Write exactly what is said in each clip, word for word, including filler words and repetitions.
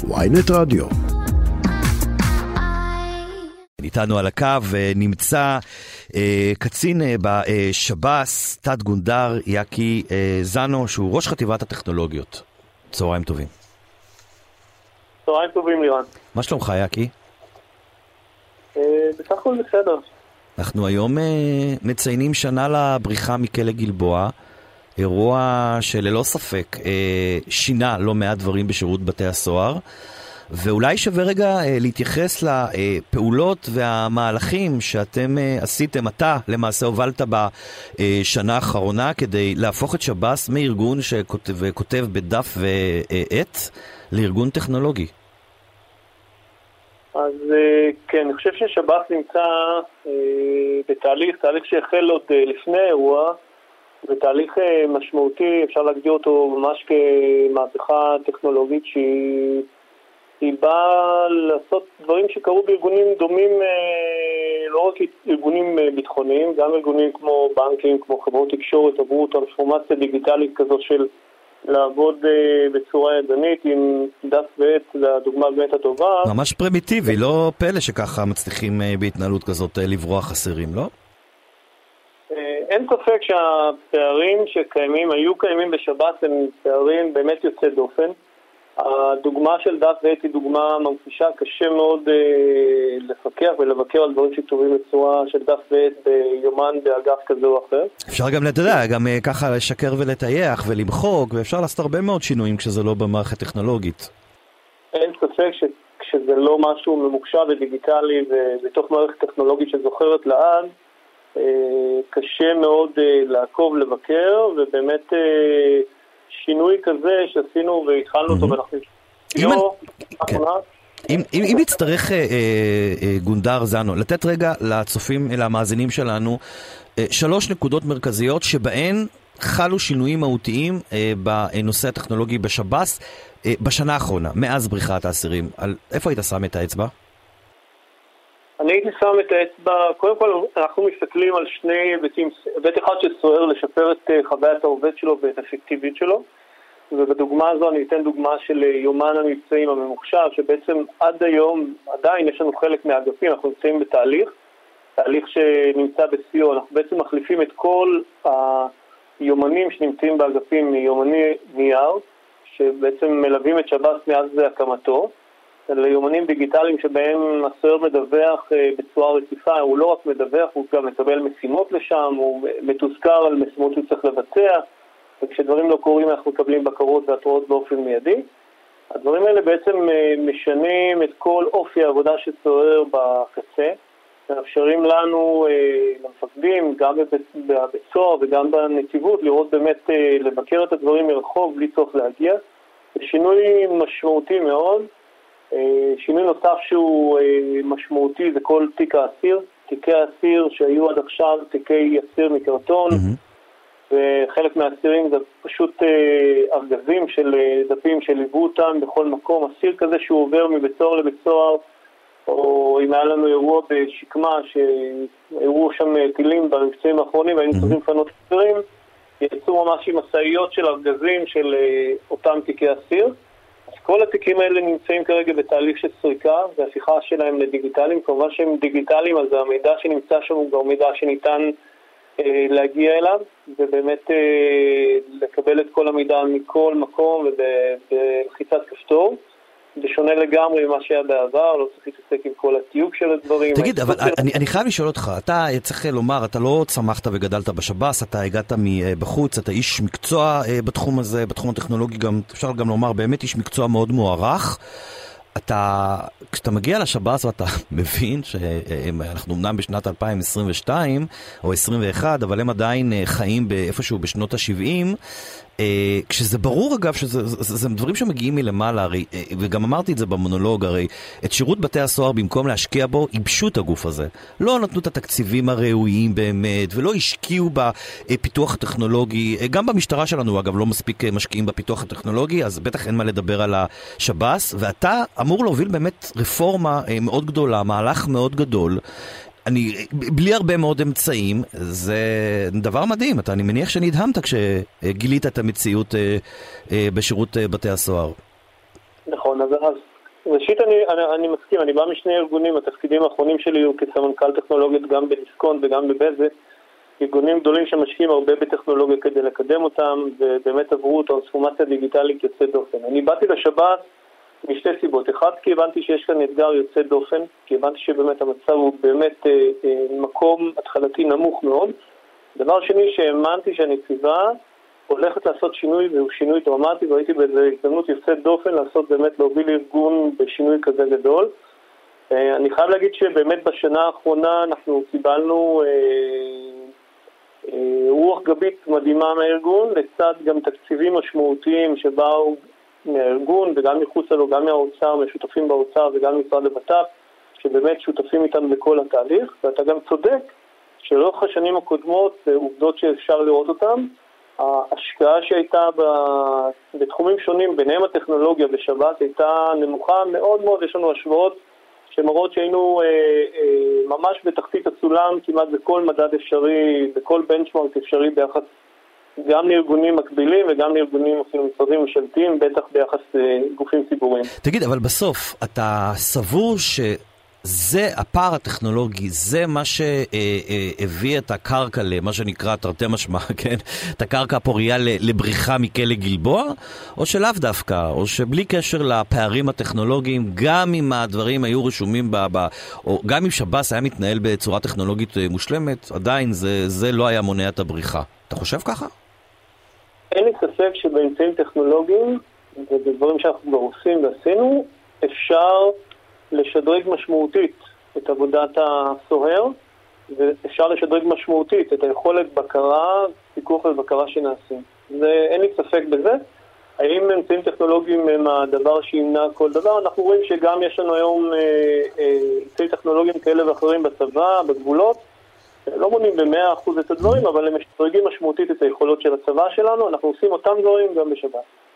וויינט רדיו. איתנו על הקו נמצא אה, קצין אה, בשב"ס, תת גונדר יקי אה, זנו, שהוא ראש חטיבת הטכנולוגיות. צהריים טובים. צהריים טובים לירן. מה שלומך יקי? אה, בסך הכל בסדר. אנחנו היום אה, מציינים שנה לבריחה מכלא גלבוע, אירוע שללא ספק אה, שינה לא מעט דברים בשירות בתי הסוהר, ואולי שווה רגע אה, להתייחס לפעולות והמהלכים שאתם אה, עשיתם, אתה למעשה הובלת בשנה האחרונה כדי להפוך את שב"ס מארגון שכותב כותב בדף ועט לארגון טכנולוגי. אז אה, כן, אני חושב ששב"ס נמצא אה, בתהליך, תהליך שהחל עוד אה, לפני האירוע, בתהליך אה, משמעותי, אפשר להגדיר אותו ממש כמהפכה טכנולוגית שהיא היא באה לעשות דברים שקרו בארגונים דומים, לא רק ארגונים ביטחוניים, גם ארגונים כמו בנקים, כמו חברות תקשורת, עברו טרנספורמציה דיגיטלית כזו של לעבוד בצורה ידנית עם דף ועט, זה הדוגמה באמת הטובה. ממש פרימיטיבי, לא פלא שככה מצליחים בהתנהלות כזאת לברוח חסרים, לא? אין ספק שהפערים שקיימים, היו קיימים בשב"ס, הם פערים באמת יוצא דופן. הדוגמה של דף ועט היא דוגמה ממחישה, קשה מאוד אה, לפקח ולבקר על דברים שכתובים בצורה של דף ועט ביומן באגף כזה או אחר. אפשר גם לדעת, גם אה, ככה לשקר ולטייח ולמחוק, ואפשר לעשות הרבה מאוד שינויים כשזה לא במערכת טכנולוגית. אין ספק שכשזה לא משהו ממוחשב ודיגיטלי ובתוך מערכת טכנולוגית שזוכרת לעד, אה, קשה מאוד אה, לעקוב, לבקר, ובאמת אה, שינוי כזה שעשינו והתחלנו אותו ואנחנו... אם נצטרך גונדר זנו, לתת רגע לצופים, למאזינים שלנו, שלוש נקודות מרכזיות שבהן חלו שינויים מהותיים בנושא הטכנולוגי בשב"ס בשנה האחרונה, מאז בריחת האסירים. איפה היית שם את האצבע? אני הייתי שם את האצבע, קודם כל אנחנו מסתכלים על שני היבטים, היבט אחד שסוער לשפר את חוויית העובד שלו ואת האפקטיביות שלו, ובדוגמה הזו אני אתן דוגמה של יומן המבצעים הממוחשב, שבעצם עד היום עדיין יש לנו חלק מהאגפים, אנחנו נמצאים בתהליך, תהליך שנמצא בסיוע, אנחנו בעצם מחליפים את כל היומנים שנמצאים באגפים מיומני נייר, שבעצם מלווים את שב"ס מאז הקמתו, ליומנים דיגיטליים שבהם הסוהר מדווח בצורה רציפה, הוא לא רק מדווח, הוא גם מקבל משימות לשם, הוא מתוזכר על משימות שהוא צריך לבצע, וכשדברים לא קורים אנחנו מקבלים בקרות והתראות באופן מיידי. הדברים האלה בעצם משנים את כל אופי העבודה שסוהר בקצה, מאפשרים לנו, למפקדים, גם בבית סוהר וגם בנציבות, לראות באמת, לבקר את הדברים מרחוב בלי צורך להגיע. זה שינוי משמעותי מאוד. שינוי נוסף שהוא משמעותי זה כל תיק האסיר, תיקי האסיר שהיו עד עכשיו תיקי אסיר מקרטון, mm-hmm. וחלק מהאסירים זה פשוט ארגזים של דפים שליוו אותם בכל מקום, אסיר כזה שהוא עובר מבית סוהר לבית סוהר, או אם היה לנו אירוע בשקמה שהראו שם טילים במבצעים האחרונים והיינו צריכים mm-hmm. לפנות אסירים, יצאו ממש עם מסעיות של ארגזים של אותם תיקי אסיר. כל התיקים האלה נמצאים כרגע בתהליך של סריקה והפיכה שלהם לדיגיטליים. כמובן שהם דיגיטליים, אז המידע שנמצא שם הוא גם מידע שניתן אה, להגיע אליו, ובאמת אה, לקבל את כל המידע מכל מקום ובלחיצת כפתור. זה שונה לגמרי ממה שהיה בעבר, לא צריך להתעסק עם כל התיוג של הדברים. תגיד, אבל אני, אני חייב לשאול אותך, אתה צריך לומר, אתה לא צמחת וגדלת בשב"ס, אתה הגעת מבחוץ, אתה איש מקצוע בתחום הזה, בתחום הטכנולוגי, גם, אפשר גם לומר, באמת איש מקצוע מאוד מוערך. אתה, כשאתה מגיע לשב"ס ואתה מבין שאנחנו אמנם בשנת אלפיים עשרים ושתיים או עשרים ואחת, אבל הם עדיין חיים באיפשהו בשנות ה-שבעים, כשזה ברור אגב שזה זה, זה דברים שמגיעים מלמעלה, הרי, וגם אמרתי את זה במונולוג, הרי את שירות בתי הסוהר במקום להשקיע בו ייבשו את הגוף הזה, לא נתנו את התקציבים הראויים באמת ולא השקיעו בפיתוח הטכנולוגי, גם במשטרה שלנו אגב לא מספיק משקיעים בפיתוח הטכנולוגי, אז בטח אין מה לדבר על השב"ס, ואתה אמור להוביל באמת רפורמה מאוד גדולה, מהלך מאוד גדול, אני, בלי הרבה מאוד אמצעים, זה דבר מדהים. אתה, אני מניח שנדהמת כשגילית את המציאות בשירות בתי הסוהר. נכון. נכון, אז, אז ראשית אני, אני, אני מסכים, אני בא משני ארגונים, התפקידים האחרונים שלי היו כסמנכ"ל טכנולוגיות גם בדיסקונט וגם בבזק, ארגונים גדולים שמשקיעים הרבה בטכנולוגיה כדי לקדם אותם, ובאמת עברו טרנספורמציה דיגיטלית יוצאת דופן. אני באתי לשב"ס משתי סיבות. אחד, כי הבנתי שיש כאן אתגר יוצא דופן, כי הבנתי שבאמת המצב הוא באמת אה, אה, מקום התחלתי נמוך מאוד. דבר שני, שהאמנתי שהנציבה הולכת לעשות שינוי, והוא שינוי דרמטי, והייתי באיזו הזדמנות יוצאת דופן לעשות באמת להוביל ארגון בשינוי כזה גדול. אה, אני חייב להגיד שבאמת בשנה האחרונה אנחנו קיבלנו אה, רוח גבית מדהימה מהארגון, לצד גם תקציבים משמעותיים שבאו מהארגון וגם מחוצה לו, גם מהאוצר, מהשותפים באוצר וגם משרד הבט"פ, שבאמת שותפים איתנו בכל התהליך. ואתה גם צודק שלאורך השנים הקודמות, זה עובדות שאפשר לראות אותן, ההשקעה שהייתה בתחומים שונים, ביניהם הטכנולוגיה בשב"ס, הייתה נמוכה מאוד מאוד. יש לנו השוואות שמראות שהיינו אה, אה, ממש בתחתית הסולם, כמעט בכל מדד אפשרי, בכל בנצ'מרק אפשרי ביחס גם לארגונים מקבילים וגם לארגונים אפילו משרדים ממשלתיים, בטח ביחס אה, גופים ציבוריים. תגיד, אבל בסוף אתה סבור שזה הפער הטכנולוגי, זה מה שהביא את הקרקע למה שנקרא תרתי משמע, כן? את הקרקע הפוריה לבריחה מכלא גלבוע, או שלאו דווקא, או שבלי קשר לפערים הטכנולוגיים, גם אם הדברים היו רשומים, ב, ב, או גם אם שב"ס היה מתנהל בצורה טכנולוגית מושלמת, עדיין זה, זה לא היה מונע את הבריחה. אתה חושב ככה? אין לי ספק שבאמצעים טכנולוגיים, ובדברים שאנחנו כבר עושים ועשינו, אפשר לשדרג משמעותית את עבודת הסוהר, ואפשר לשדרג משמעותית את היכולת בקרה, פיקוח ובקרה שנעשים. זה, אין לי ספק בזה. האם אמצעים טכנולוגיים הם הדבר שימנע כל דבר? אנחנו רואים שגם יש לנו היום אמצעים טכנולוגיים כאלה ואחרים בצבא, בגבולות, לא מונים ב-מאה אחוז את הדברים, אבל הם משדרגים משמעותית את היכולות של הצבא שלנו. אנחנו עושים אותם דברים גם בשב"ס.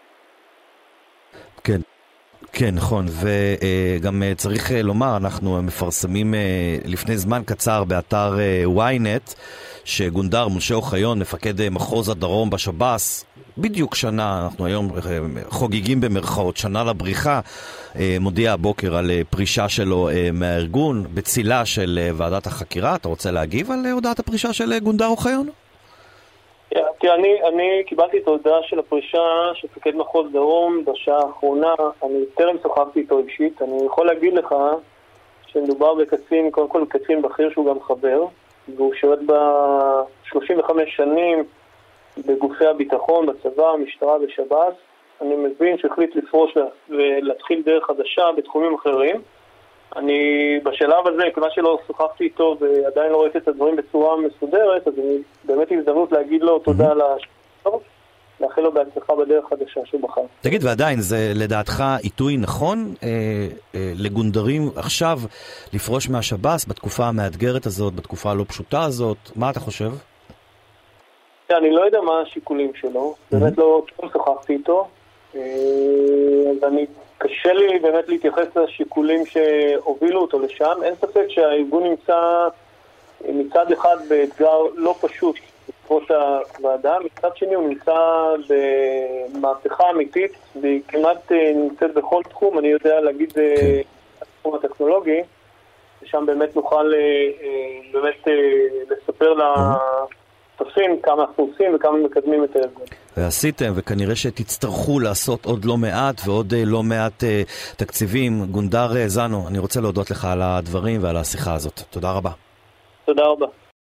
כן. כן, נכון, וגם צריך לומר, אנחנו מפרסמים לפני זמן קצר באתר וויינט, שגונדר משה אוחיון, מפקד מחוז הדרום בשב"ס, בדיוק שנה, אנחנו היום חוגגים במרכאות שנה לבריחה, מודיע הבוקר על פרישה שלו מהארגון, בצילה של ועדת החקירה. אתה רוצה להגיב על הודעת הפרישה של גונדר אוחיון? כי אני, אני קיבלתי את ההודעה של הפרישה של מפקד מחוז דרום בשעה האחרונה. אני טרם שוחחתי איתו אישית. אני יכול להגיד לך שמדובר בקצין, קודם כל קצין בכיר שהוא גם חבר, והוא שירת ב-שלושים וחמש שנים בגופי הביטחון, בצבא, המשטרה ושב"ס. אני מבין שהחליט לפרוש ולהתחיל דרך חדשה בתחומים אחרים. אני בשלב הזה, כמה שלא שוחחתי איתו ועדיין לא ראיתי את הדברים בצורה מסודרת, אז אני באמת הזדמנות להגיד לו תודה על השלב, לאחל לו בהצלחה בדרך חדשה שהוא בחר. תגיד, ועדיין, זה לדעתך עיתוי נכון אה, אה, לגונדרים עכשיו לפרוש מהשב"ס בתקופה המאתגרת הזאת, בתקופה הלא פשוטה הזאת? מה אתה חושב? אני לא יודע מה השיקולים שלו, באמת לא שוחחתי איתו, אז אני... קשה לי באמת להתייחס לשיקולים שהובילו אותו לשם. אין ספק שהארגון נמצא מצד אחד באתגר לא פשוט בפרוש הוועדה, מצד שני הוא נמצא במהפכה אמיתית, והיא כמעט נמצאת בכל תחום. אני יודע להגיד בתחום הטכנולוגי, ושם באמת נוכל באמת לספר לתופסים כמה אנחנו עושים וכמה מקדמים את הארגון. ועשיתם, וכנראה שתצטרכו לעשות עוד לא מעט ועוד לא מעט uh, תקציבים. גונדר זנו, אני רוצה להודות לך על הדברים ועל השיחה הזאת. תודה רבה. תודה רבה.